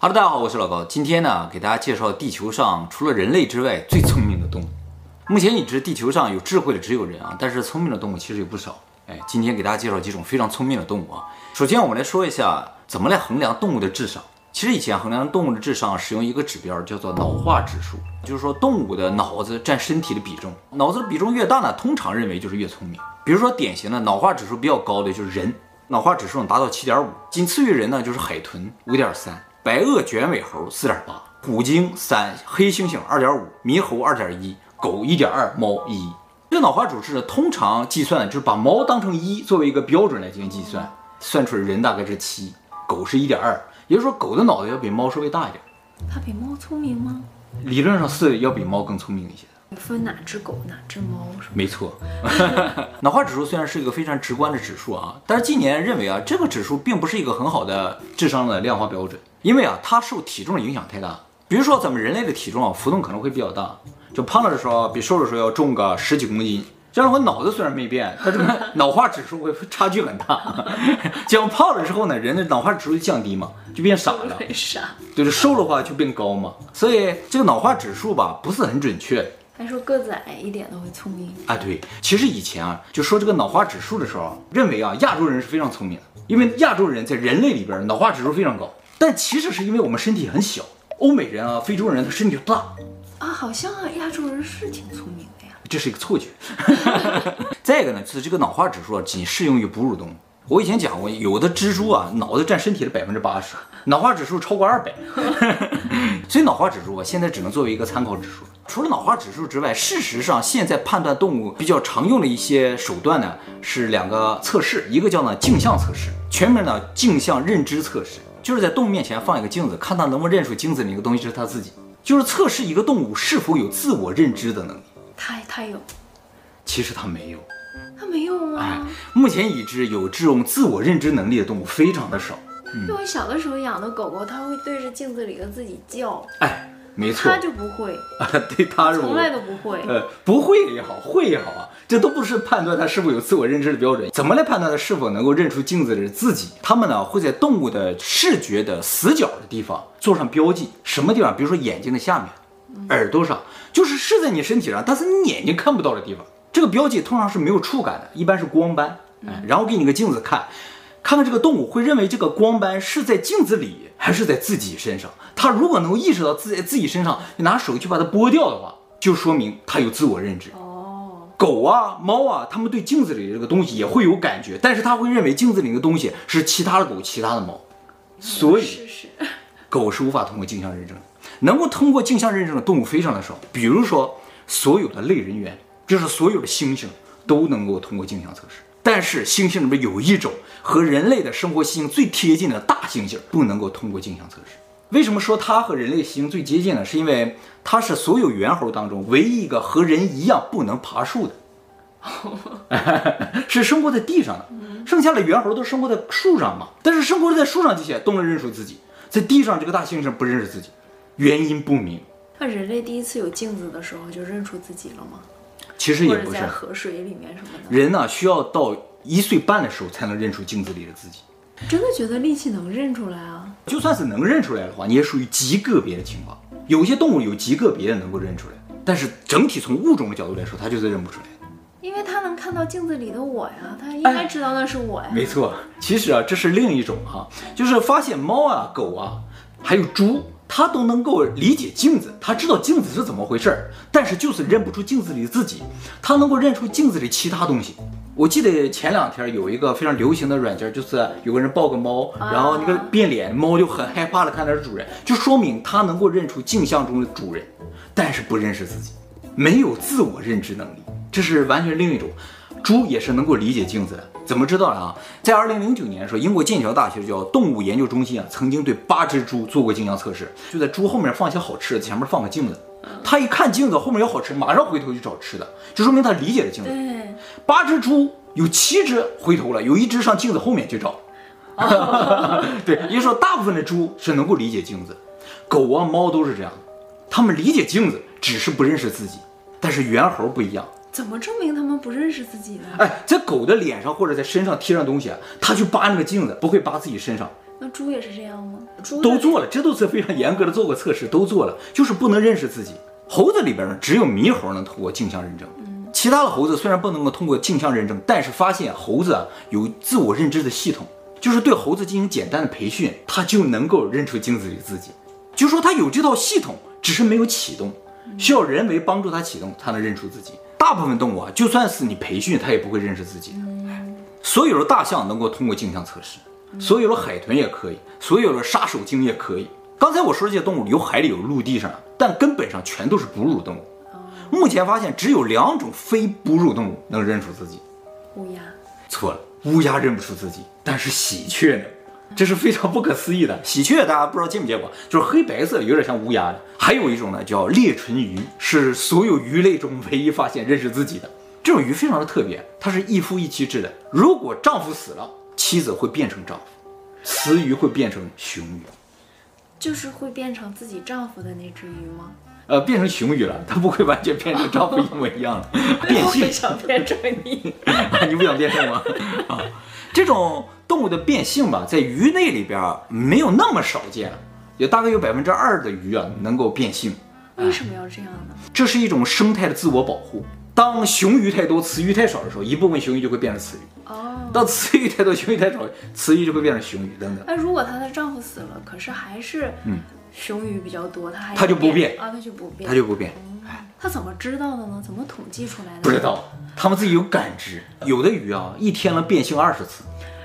Hello， 大家好，我是老高。今天呢，给大家介绍地球上除了人类之外最聪明的动物。目前已知地球上有智慧的只有人啊，但是聪明的动物其实有不少。今天给大家介绍几种非常聪明的动物啊。首先，我们来说一下怎么来衡量动物的智商。其实以前衡量动物的智商使用一个指标叫做脑化指数，就是说动物的脑子占身体的比重，脑子的比重越大呢，通常认为就是越聪明。比如说典型的脑化指数比较高的就是人，脑化指数能达到 7.5， 仅次于人呢就是海豚 5.3。白垩卷尾猴 4.8， 虎鲸3，黑猩猩 2.5， 猕猴 2.1， 狗 1.2， 猫1。这个脑化指数呢，通常计算的就是把猫当成1作为一个标准来进行计算，算出来人大概是7，狗是 1.2， 也就是说狗的脑袋要比猫稍微大一点。 它比猫聪明吗？ 理论上是要比猫更聪明一些的。 分哪只狗哪只猫是吗？ 没错。脑化指数虽然是一个非常直观的指数啊，但是近年认为啊，这个指数并不是一个很好的智商的量化标准，因为啊，它受体重的影响太大。比如说咱们人类的体重啊，浮动可能会比较大，就胖了的时候比瘦的时候要重个10几公斤。这样的话，脑子虽然没变，但这个脑化指数会差距很大。这样胖了之后呢，人的脑化指数就降低嘛，就变傻了。 傻。 对，瘦的话就变高嘛。所以这个脑化指数吧，不是很准确。 还说个子矮一点的会聪明啊？对，其实以前啊，就说这个脑化指数的时候，认为啊，亚洲人是非常聪明的，因为亚洲人在人类里边脑化指数非常高。但其实是因为我们身体很小，欧美人啊、非洲人他身体大啊，好像啊，亚洲人是挺聪明的呀。 这是一个错觉。再一个呢，就是这个脑化指数仅适用于哺乳动物。我以前讲过，有的蜘蛛啊，脑子占身体的80%，脑化指数超过200。所以脑化指数啊，现在只能作为一个参考指数。除了脑化指数之外，事实上现在判断动物比较常用的一些手段呢，是2个测试，一个叫呢镜像测试，全名呢镜像认知测试，就是在动物面前放一个镜子，看它能不能认出镜子里那个东西是它自己，就是测试一个动物是否有自我认知的能力。它有， 其实它没有。 它没有吗？ 目前已知有这种自我认知能力的动物非常的少。 因为我小的时候养的狗狗，它会对着镜子里的自己叫。 没错， 它就不会对，它是从来都不会。 不会也好，会也好啊，这都不是判断它是否有自我认知的标准。怎么来判断它是否能够认出镜子里的自己？它们呢会在动物的视觉的死角的地方做上标记，什么地方？比如说眼睛的下面、耳朵上，就是在你身体上，但是你眼睛看不到的地方。这个标记通常是没有触感的，一般是光斑。然后给你个镜子看看这个动物会认为这个光斑是在镜子里还是在自己身上。它如果能够意识到在自己身上，你拿手去把它剥掉的话，就说明它有自我认知。狗啊、猫啊，它们对镜子里这个东西也会有感觉，但是它会认为镜子里的东西是其他的狗、其他的猫，所以狗是无法通过镜像认证的。能够通过镜像认证的动物非常的少，比如说所有的类人猿，就是所有的猩猩都能够通过镜像测试。但是猩猩里面有一种和人类的生活习性最贴近的大猩猩不能够通过镜像测试。为什么说它和人类习性最接近呢？是因为它是所有猿猴当中唯一一个和人一样不能爬树的。是生活在地上的，剩下的猿猴都生活在树上嘛。但是生活在树上这些都能认出自己，在地上这个大猩猩不认识自己，原因不明。 那人类第一次有镜子的时候就认出自己了吗？ 其实也不是， 或者在河水里面什么的。 人呢，需要到1岁半的时候才能认出镜子里的自己。 真的觉得力气能认出来啊？ 就算是能认出来的话，你也属于极个别的情况。有些动物有极个别的能够认出来，但是整体从物种的角度来说，它就是认不出来。 因为它能看到镜子里的我呀，它应该知道那是我呀。 没错，其实啊，这是另一种就是发现猫啊、狗啊，还有猪，它都能够理解镜子，它知道镜子是怎么回事，但是就是认不出镜子里的自己，它能够认出镜子里其他东西。我记得前2天有一个非常流行的软件，就是有个人抱个猫，然后那个变脸，猫就很害怕的看它是主人，就说明它能够认出镜像中的主人，但是不认识自己，没有自我认知能力，这是完全另一种。猪也是能够理解镜子的，怎么知道的啊？在2009年的时候，英国剑桥大学叫动物研究中心曾经对8只猪做过镜像测试，就在猪后面放些好吃的，前面放个镜子，它一看镜子后面有好吃，马上回头去找吃的，就说明它理解了镜子。8只猪有7只回头了，有1只上镜子后面去找。对，也就是说大部分的猪是能够理解镜子，狗啊、猫都是这样的，它们理解镜子，只是不认识自己。但是猿猴不一样。 怎么证明他们不认识自己呢？ 在狗的脸上或者在身上贴上东西，它去扒那个镜子，不会扒自己身上， 那猪也是这样吗？猪都做了，这都是非常严格的做过测试，都做了，就是不能认识自己。猴子里边呢，只有猕猴能通过镜像认证，其他的猴子虽然不能够通过镜像认证，但是发现猴子有自我认知的系统，就是对猴子进行简单的培训，它就能够认出镜子里自己。就是说它有这套系统，只是没有启动，需要人为帮助它启动，它能认出自己。大部分动物就算是你培训，它也不会认识自己的。所有的大象能够通过镜像测试，所有的海豚也可以，所有的杀手鲸也可以。刚才我说的这些动物有海里有陆地上，但根本上全都是哺乳动物。目前发现只有2种非哺乳动物能认出自己。 乌鸦？ 错了，乌鸦认不出自己，但是喜鹊呢？这是非常不可思议的。喜鹊大家不知道见没见过，就是黑白色，有点像乌鸦的。还有一种呢叫裂唇鱼，是所有鱼类中唯一发现认识自己的。这种鱼非常的特别，它是一夫一妻制的。如果丈夫死了，妻子会变成丈夫，雌鱼会变成雄鱼。 就是会变成自己丈夫的那只鱼吗？ 变成雄鱼了，它不会完全变成丈夫一模一样了。变性。 我想变成你。 你不想变性吗？这种动物的变性吧，在鱼类里边没有那么少见，也大概有2%的鱼能够变性。 为什么要这样呢？ 这是一种生态的自我保护。当雄鱼太多，雌鱼太少的时候，一部分雄鱼就会变成雌鱼。当雌鱼太多，雄鱼太少，雌鱼就会变成雄鱼等等。 那如果她的丈夫死了，可是还是雄鱼比较多，她就不变啊，她就不变， 她就不变。 她怎么知道的呢？怎么统计出来的？ 不知道，他们自己有感知。有的鱼一天能变性20次。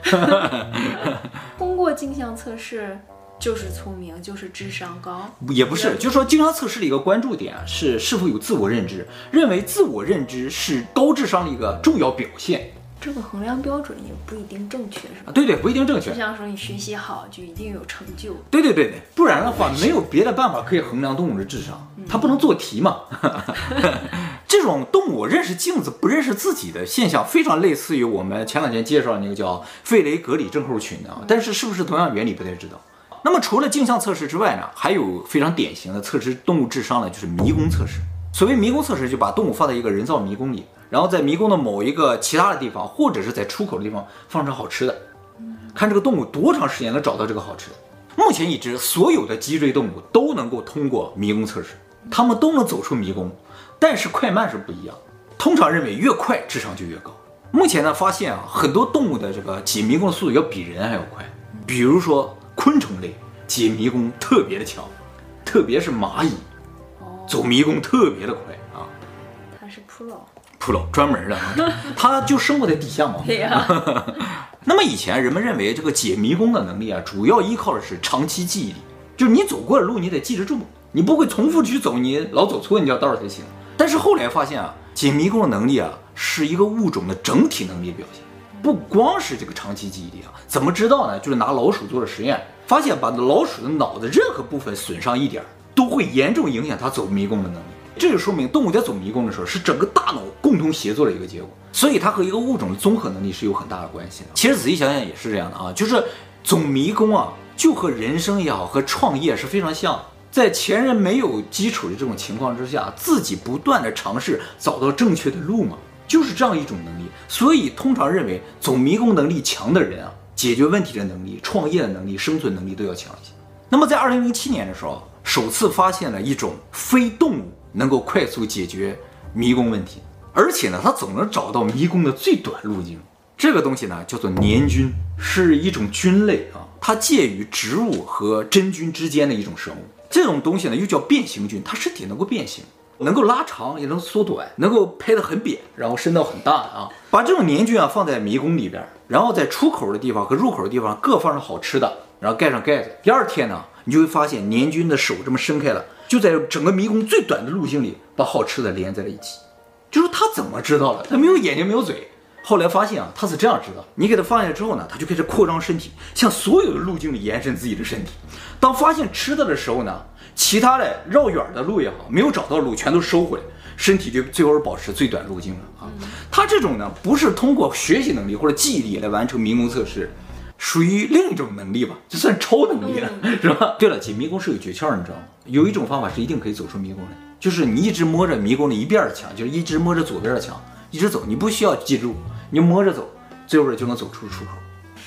通过镜像测试就是聪明，就是智商高？ 也不是，就是说镜像测试的一个关注点是否有自我认知，认为自我认知是高智商的一个重要表现。 这个衡量标准也不一定正确，是吧？ 对，不一定正确。 就像说你学习好就一定有成就。 对，不然的话没有别的办法可以衡量动物的智商，它不能做题嘛。这种动物认识镜子不认识自己的现象，非常类似于我们前2天介绍的那个叫费雷格里症候群的，但是是不是同样原理不太知道。那么除了镜像测试之外呢，还有非常典型的测试动物智商的，就是迷宫测试。所谓迷宫测试，就把动物放在一个人造迷宫里，然后在迷宫的某一个其他的地方，或者是在出口的地方放上好吃的，看这个动物多长时间能找到这个好吃的。目前已知所有的脊椎动物都能够通过迷宫测试，它们都能走出迷宫，但是快慢是不一样。通常认为越快智商就越高。目前呢发现很多动物的这个解迷宫的速度要比人还要快，比如说昆虫类解迷宫特别的强，特别是蚂蚁，走迷宫特别的快啊。 它是 pro 专门的，它就生活在地下嘛。 对呀。 那么以前人们认为这个解迷宫的能力主要依靠的是长期记忆力，就是你走过的路你得记得住，你不会重复去走，你老走错你就要道才行。但是后来发现解迷宫的能力是一个物种的整体能力表现，不光是这个长期记忆力怎么知道呢？就是拿老鼠做了实验，发现把老鼠的脑的任何部分损伤一点，都会严重影响它走迷宫的能力。这就说明动物在走迷宫的时候是整个大脑共同协作的一个结果，所以它和一个物种的综合能力是有很大的关系的。其实仔细想想也是这样的就是走迷宫就和人生也好，和创业是非常像。在前人没有基础的这种情况之下，自己不断的尝试找到正确的路嘛，就是这样一种能力。所以通常认为走迷宫能力强的人解决问题的能力、创业的能力、生存能力都要强一些。那么在2007年的时候，首次发现了一种非动物能够快速解决迷宫问题，而且呢，它总能找到迷宫的最短路径。这个东西呢，叫做黏菌，是一种菌类它介于植物和真菌之间的一种生物。这种东西呢，又叫变形菌，它身体能够变形，能够拉长，也能缩短，能够拍得很扁，然后伸到很大把这种黏菌放在迷宫里边，然后在出口的地方和入口的地方各放上好吃的，然后盖上盖子。第2天呢，你就会发现黏菌的手这么伸开了，就在整个迷宫最短的路径里把好吃的连在了一起。就是他怎么知道的？他没有眼睛没有嘴。后来发现他是这样知道，你给他放下之后呢，他就开始扩张身体，向所有的路径里延伸自己的身体。当发现吃的的时候呢，其他的绕远的路也好，没有找到路全都收回来，身体就最后是保持最短路径了他这种呢，不是通过学习能力或者记忆力来完成迷宫测试，属于另一种能力吧，就算超能力了，是吧？对了，解迷宫是有诀窍，你知道吗？有一种方法是一定可以走出迷宫来，就是你一直摸着迷宫的一边的墙，就是一直摸着左边的墙，一直走，你不需要记住，你摸着走，最后就能走出出口。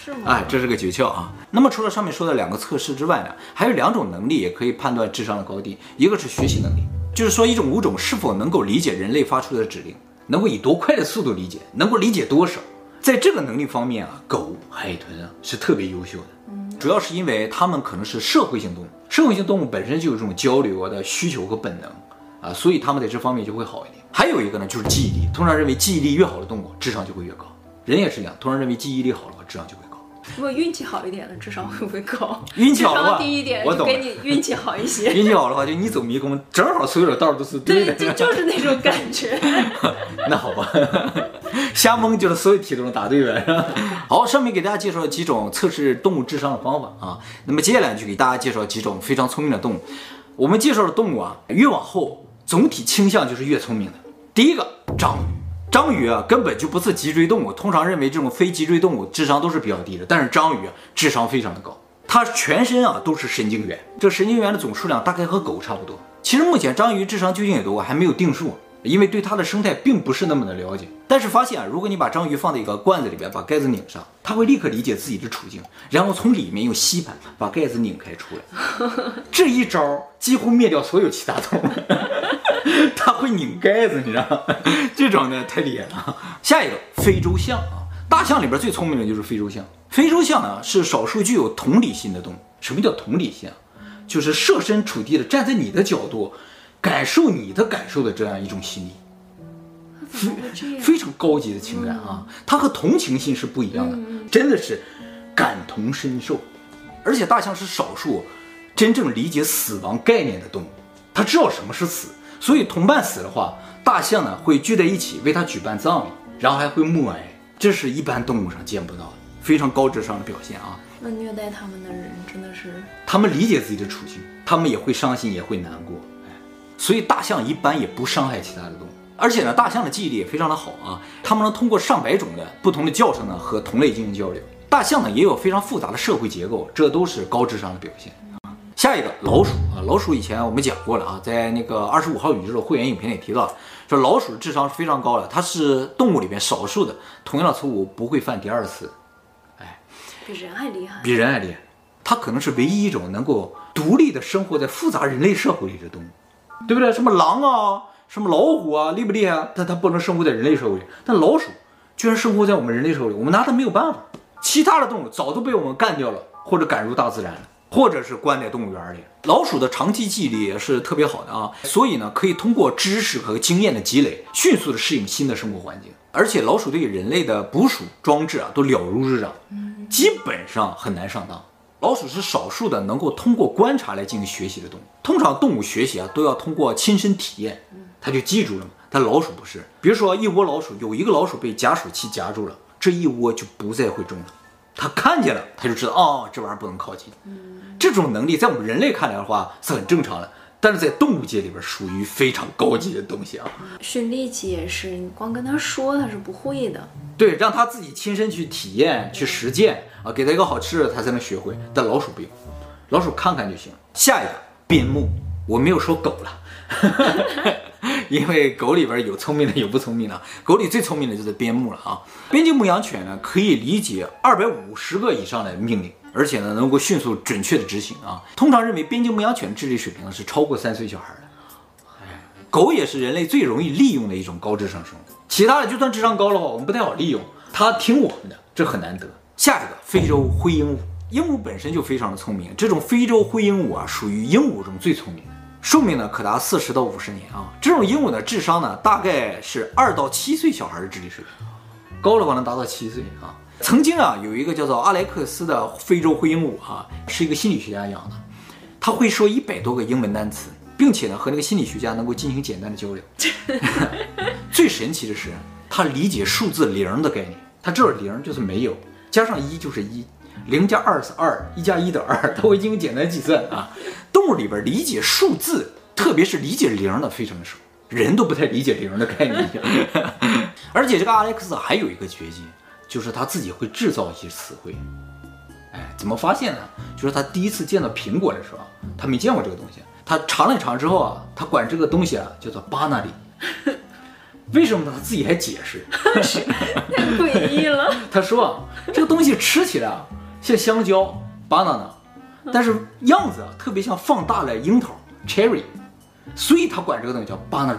是吗？ 哎，这是个诀窍啊。那么除了上面说的2个测试之外呢，还有2种能力也可以判断智商的高低。一个是学习能力，就是说一种物种是否能够理解人类发出的指令，能够以多快的速度理解，能够理解多少。在这个能力方面啊，狗、海豚啊是特别优秀的。主要是因为它们可能是社会性动物，社会性动物本身就有这种交流的需求和本能啊，所以它们在这方面就会好一点。还有一个呢，就是记忆力。通常认为记忆力越好的动物，智商就会越高。人也是一样，通常认为记忆力好的话，智商就会高。 如果运气好一点的，智商会不会高？ 运气好的话， 智商低一点，就给你运气好一些。 运气好的话，就你走迷宫，正好所有的道都是对的。 对，就是那种感觉。 那好吧，瞎蒙就是所有题都能答对呗。好，上面给大家介绍了几种测试动物智商的方法啊。那么接下来就给大家介绍几种非常聪明的动物。我们介绍的动物啊，越往后总体倾向就是越聪明的。第一个，章鱼。章鱼啊，根本就不是脊椎动物，通常认为这种非脊椎动物智商都是比较低的，但是章鱼啊，智商非常的高。它全身啊都是神经元，这神经元的总数量大概和狗差不多。其实目前章鱼智商究竟有多高还没有定数，因为对它的生态并不是那么的了解。但是发现啊，如果你把章鱼放在一个罐子里边，把盖子拧上，它会立刻理解自己的处境，然后从里面用吸盘把盖子拧开出来。这一招几乎灭掉所有其他动物。它会拧盖子，你知道吗？这种呢太厉害了。下一个，非洲象啊，大象里边最聪明的就是非洲象。非洲象呢是少数具有同理心的动物。什么叫同理心啊？就是设身处地的站在你的角度，感受你的感受的这样一种心理。非常高级的情感啊，它和同情心是不一样的，真的是感同身受。而且大象是少数真正理解死亡概念的动物，它知道什么是死。所以同伴死的话，大象呢会聚在一起为他举办葬礼，然后还会默哀，这是一般动物上见不到的，非常高智商的表现啊。 那虐待他们的人真的是， 他们理解自己的处境，他们也会伤心，也会难过，所以大象一般也不伤害其他的动物。而且呢，大象的记忆力也非常的好啊，它们能通过上百种的不同的叫声呢和同类进行交流。大象呢也有非常复杂的社会结构，这都是高智商的表现。下一个，老鼠啊，老鼠以前我们讲过了啊，在那个25号宇宙的会员影片里提到，说老鼠智商是非常高的，它是动物里面少数的同样的错误不会犯第2次， 比人还厉害， 比人还厉害。它可能是唯一一种能够独立的生活在复杂人类社会里的动物，对不对？什么狼啊，什么老虎啊，厉不厉害？但它不能生活在人类社会里，但老鼠居然生活在我们人类社会里，我们拿它没有办法。其他的动物早都被我们干掉了，或者赶入大自然了，或者是关在动物园里。老鼠的长期记忆力也是特别好的啊，所以呢，可以通过知识和经验的积累，迅速的适应新的生活环境。而且老鼠对人类的捕鼠装置啊，都了如指掌，基本上很难上当。老鼠是少数的能够通过观察来进行学习的动物。通常动物学习啊，都要通过亲身体验，它就记住了嘛。但老鼠不是，比如说一窝老鼠，有一个老鼠被夹鼠器夹住了，这一窝就不再会中了。它看见了，它就知道哦，这玩意儿不能靠近。这种能力在我们人类看来的话是很正常的，但是在动物界里边属于非常高级的东西啊。 训力气也是，你光跟他说他是不会的。 对，让他自己亲身去体验、去实践啊，给他一个好吃的，他才能学会。但老鼠不用，老鼠看看就行。下一个，边牧，我没有说狗了。因为狗里边有聪明的，有不聪明的。狗里最聪明的就是边牧了啊！边境牧羊犬呢，可以理解250个以上的命令，而且呢，能够迅速准确的执行啊。通常认为边境牧羊犬智力水平是超过3岁小孩的。狗也是人类最容易利用的一种高智商生物。其他的就算智商高的话，我们不太好利用，它听我们的，这很难得。下一个，非洲灰鹦鹉。鹦鹉本身就非常的聪明，这种非洲灰鹦鹉啊，属于鹦鹉中最聪明的。寿命呢可达40到50年啊！这种鹦鹉的智商呢大概是2到7岁小孩的智力水平，高的话能达到7岁啊。曾经啊有一个叫做阿莱克斯的非洲灰鹦鹉啊，是一个心理学家养的，他会说100多个英文单词，并且呢和那个心理学家能够进行简单的交流。最神奇的是，他理解数字0的概念，他知道0就是没有，加上1就是1。0加2是2，1加1等于2，它会进行简单计算啊。动物里边理解数字，特别是理解0的非常的少，人都不太理解0的概念。而且这个阿莱克斯还有一个绝技，就是他自己会制造一些词汇。怎么发现呢？就是他第一次见到苹果的时候，他没见过这个东西，他尝了一尝之后啊，他管这个东西啊叫做巴纳里。 为什么呢？他自己还解释， 太诡异了。 他说啊，这个东西吃起来啊像香蕉 banana， 但是样子啊特别像放大了樱桃 cherry， 所以他管这个东西叫 banana。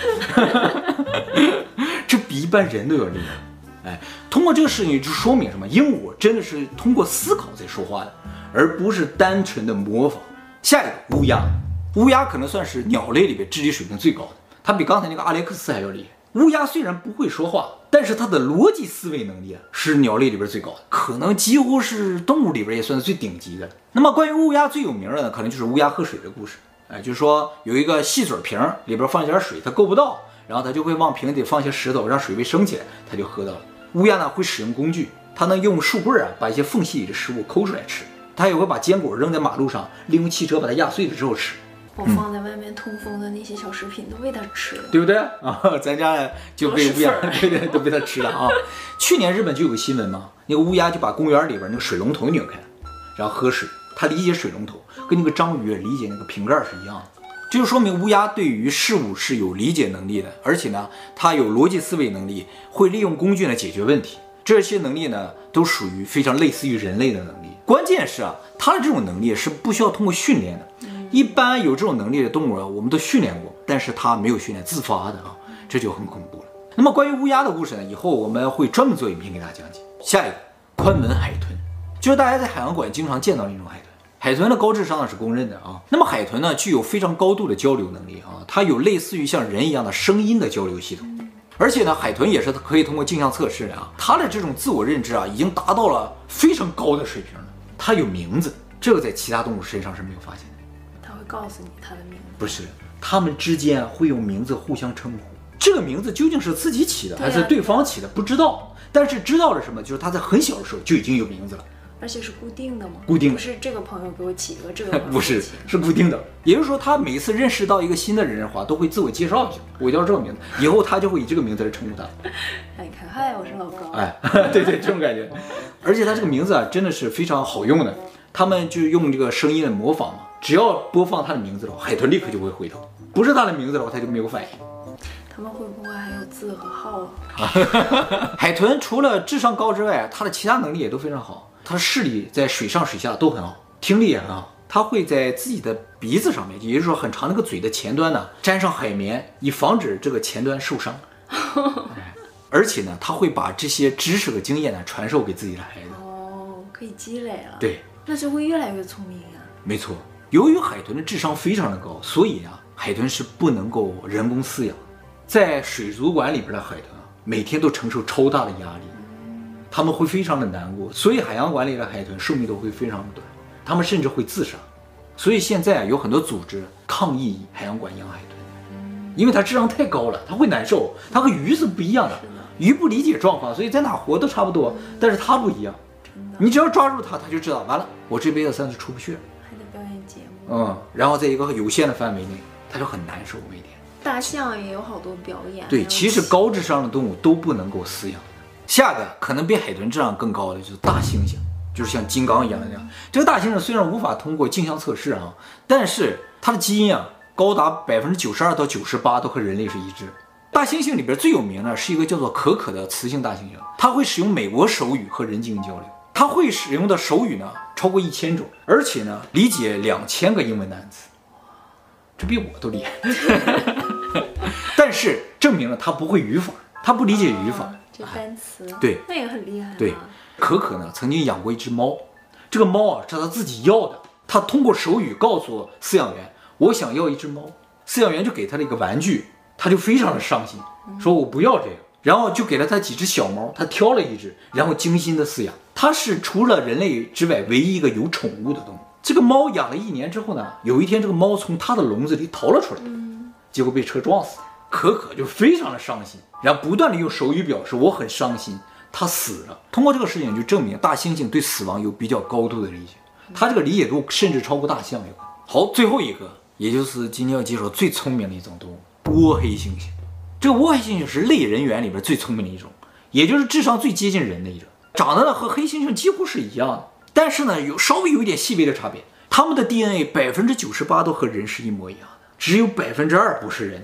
这比一般人都要厉害。哎，通过这个事情就说明什么？鹦鹉真的是通过思考在说话的，而不是单纯的模仿。下一个乌鸦，乌鸦可能算是鸟类里边智力水平最高的，它比刚才那个阿列克斯还要厉害。乌鸦虽然不会说话，但是它的逻辑思维能力啊是鸟类里边最高的，可能几乎是动物里边也算是最顶级的。那么关于乌鸦最有名的呢，可能就是乌鸦喝水的故事。哎，就是说有一个细嘴瓶，里边放一点水，它够不到，然后它就会往瓶底放些石头，让水位升起来，它就喝到了。乌鸦呢会使用工具，它能用树棍啊把一些缝隙里的食物抠出来吃，它也会把坚果扔在马路上，利用汽车把它压碎了之后吃。 我放在外面通风的那些小食品都被它吃了， 对不对啊？咱家就被乌鸦，对对，都被它吃了啊。去年日本就有个新闻嘛，那个乌鸦就把公园里边那个水龙头拧开，然后喝水。它理解水龙头跟那个章鱼理解那个瓶盖是一样的，这就说明乌鸦对于事物是有理解能力的，而且呢，它有逻辑思维能力，会利用工具来解决问题。这些能力呢，都属于非常类似于人类的能力。关键是啊，它的这种能力是不需要通过训练的。一般有这种能力的动物啊，我们都训练过，但是它没有训练，自发的啊，这就很恐怖了。那么关于乌鸦的故事呢，以后我们会专门做影片给大家讲解。下一个，宽吻海豚，就是大家在海洋馆经常见到的那种海豚。海豚的高智商是公认的啊。那么海豚呢，具有非常高度的交流能力啊，它有类似于像人一样的声音的交流系统。而且呢，海豚也是可以通过镜像测试的啊，它的这种自我认知啊，已经达到了非常高的水平了。它有名字，这个在其他动物身上是没有发现的。 它会告诉你它的名字？ 不是，它们之间会用名字互相称呼。这个名字究竟是自己起的还是对方起的，不知道。但是知道了什么，就是它在很小的时候就已经有名字了。 而且是固定的吗？ 固定的， 不是这个朋友给我起一个，这个朋友不是，是固定的。也就是说，他每一次认识到一个新的人的话，都会自我介绍一下，我叫这个名字，以后他就会以这个名字来称呼他。 哎，你看，嗨，我是老高。 哎，对对，这种感觉。而且他这个名字啊，真的是非常好用的。他们就用这个声音的模仿嘛，只要播放他的名字的话，海豚立刻就会回头；不是他的名字的话，他就没有反应。 他们会不会还有字和号啊？ 海豚除了智商高之外，它的其他能力也都非常好。它的视力在水上水下都很好，听力也很好。它会在自己的鼻子上面，也就是说很长那个嘴的前端呢，沾上海绵，以防止这个前端受伤。而且呢，它会把这些知识和经验呢传授给自己的孩子。 哦，可以积累了。 对， 那就会越来越聪明呀。 没错，由于海豚的智商非常的高，所以啊，海豚是不能够人工饲养。在水族馆里边的海豚啊，每天都承受超大的压力。他们会非常的难过，所以海洋馆里的海豚寿命都会非常的短，他们甚至会自杀。所以现在有很多组织抗议海洋馆养海豚，因为它智商太高了，它会难受。它和鱼是不一样的，鱼不理解状况，所以在哪活都差不多，但是它不一样。你只要抓住它，它就知道完了，我这辈子算是出不去了， 还得表演节目。 然后在一个有限的范围内，它就很难受每天。 大象也有好多表演。 对，其实高智商的动物都不能够饲养。下个可能比海豚智商更高的就是大猩猩，就是像金刚一样的那样。这个大猩猩虽然无法通过镜像测试啊，但是它的基因啊高达92%到98%都和人类是一致。大猩猩里边最有名的是一个叫做可可的雌性大猩猩，它会使用美国手语和人进行交流。它会使用的手语呢超过1000种，而且呢理解2000个英文单词，这比我都厉害。但是证明了它不会语法，它不理解语法。 这单词对， 那也很厉害。 对，可可呢曾经养过一只猫，这个猫啊是他自己要的，他通过手语告诉饲养员我想要一只猫，饲养员就给他了一个玩具，他就非常的伤心，说我不要这个，然后就给了他几只小猫，他挑了一只，然后精心的饲养。它是除了人类之外唯一一个有宠物的动物。这个猫养了1年之后呢，有一天这个猫从它的笼子里逃了出来，结果被车撞死了。可可就非常的伤心，然后不断的用手语表示我很伤心，他死了。通过这个事情就证明大猩猩对死亡有比较高度的理解，他这个理解度甚至超过大象。好，最后一个，也就是今天要介绍最聪明的一种动物——倭黑猩猩。这个倭黑猩猩是类人猿里边最聪明的一种，也就是智商最接近人的一种，长得呢和黑猩猩几乎是一样的，但是呢稍微有一点细微的差别。他们的 DNA 98%都和人是一模一样的，只有2%不是人。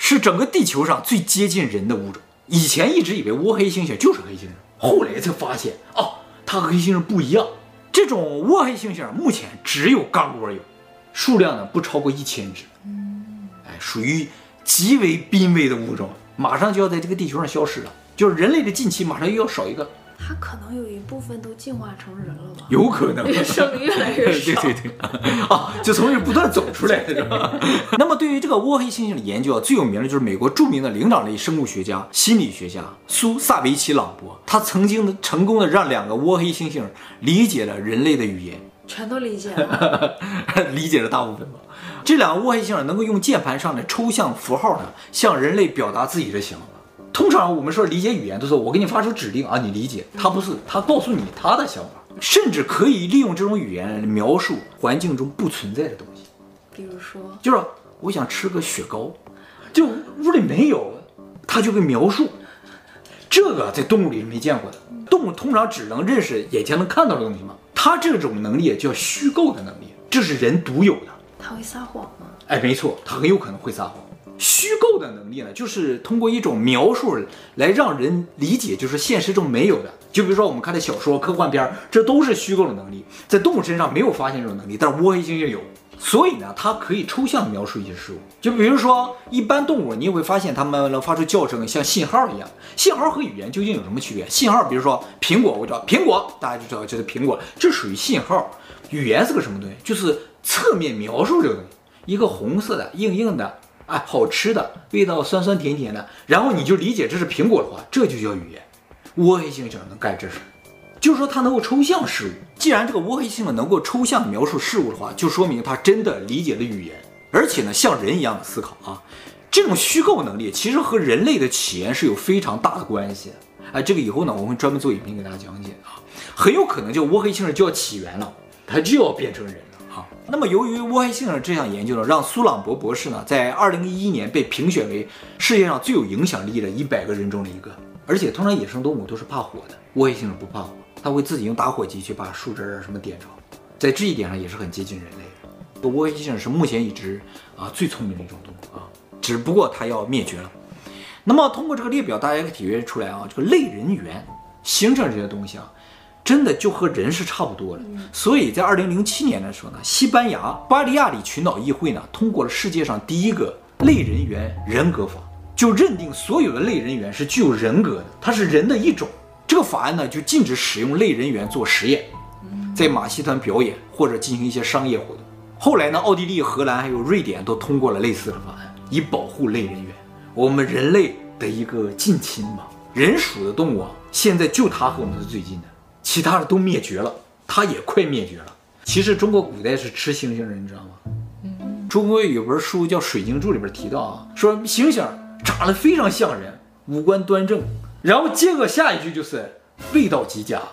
是整个地球上最接近人的物种。以前一直以为倭黑猩猩就是黑猩猩，后来才发现它和黑猩猩不一样。这种倭黑猩猩目前只有刚果有，数量呢不超过1000只，属于极为濒危的物种，马上就要在这个地球上消失了，就是人类的近期马上又要少一个。 它可能有一部分都进化成人了吧？ 有可能， 生的越来越少。 对就从这不断走出来的是吧？那么对于这个倭黑猩猩的研究最有名的就是美国著名的灵长类生物学家、心理学家苏萨维奇朗博，他曾经成功的让2个倭黑猩猩理解了人类的语言， 全都理解了， 理解了大部分吧。这2个倭黑猩猩能够用键盘上的抽象符号呢，向人类表达自己的想法。通常我们说理解语言都是我给你发出指令你理解，他不是，他告诉你他的想法，甚至可以利用这种语言描述环境中不存在的东西。 比如说， 就是我想吃个雪糕，就屋里没有，他就会描述。这个在动物里是没见过的，动物通常只能认识眼前能看到的东西嘛，它这种能力叫虚构的能力，这是人独有的。 他会撒谎吗？ 没错，他很有可能会撒谎。虚构的能力呢，就是通过一种描述来让人理解，就是现实中没有的。就比如说我们看的小说、科幻片，这都是虚构的能力，在动物身上没有发现这种能力，但是倭黑猩猩有。所以呢，它可以抽象描述一些事物。就比如说一般动物，你也会发现它们能发出叫声，像信号一样。信号和语言究竟有什么区别？信号，比如说苹果，我知道苹果，大家就知道这是苹果，这属于信号。语言是个什么东西？就是侧面描述这个东西，一个红色的、硬硬的。好吃的，味道酸酸甜甜的，然后你就理解这是苹果的话，这就叫语言。倭黑猩猩能干这事，就是说它能够抽象事物。既然这个倭黑猩猩能够抽象描述事物的话，就说明它真的理解了语言，而且呢像人一样的思考这种虚构能力其实和人类的起源是有非常大的关系的。这个以后呢我会专门做影片给大家讲解很有可能就倭黑猩猩就要起源了，它就要变成人了。那么由于倭黑猩猩这项研究呢，让苏朗博博士呢在2011年被评选为世界上最有影响力的100个人中的一个。而且通常野生动物都是怕火的，倭黑猩猩不怕火，它会自己用打火机去把树枝什么点着，在这一点上也是很接近人类的。倭黑猩猩是目前已知最聪明的一种动物只不过它要灭绝了。那么通过这个列表，大家可以体会出来这个类人猿、猩猩这些东西真的就和人是差不多的。所以在2007年的时候呢，西班牙巴利亚里群岛议会呢通过了世界上第一个类人猿人格法，就认定所有的类人猿是具有人格的，它是人的一种。这个法案呢就禁止使用类人猿做实验，在马戏团表演或者进行一些商业活动。后来呢，奥地利、荷兰还有瑞典都通过了类似的法案，以保护类人猿，我们人类的一个近亲嘛。人属的动物现在就它和我们是最近的，其他的都灭绝了，它也快灭绝了。其实中国古代是吃猩猩的，你知道吗？中国有本书叫《水经注》，里边提到说猩猩长得非常像人，五官端正，然后接着下一句就是味道极佳，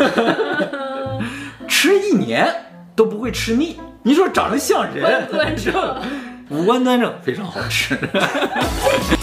吃1年都不会吃腻。你说长得像人， 端正， 五官端正，非常好吃。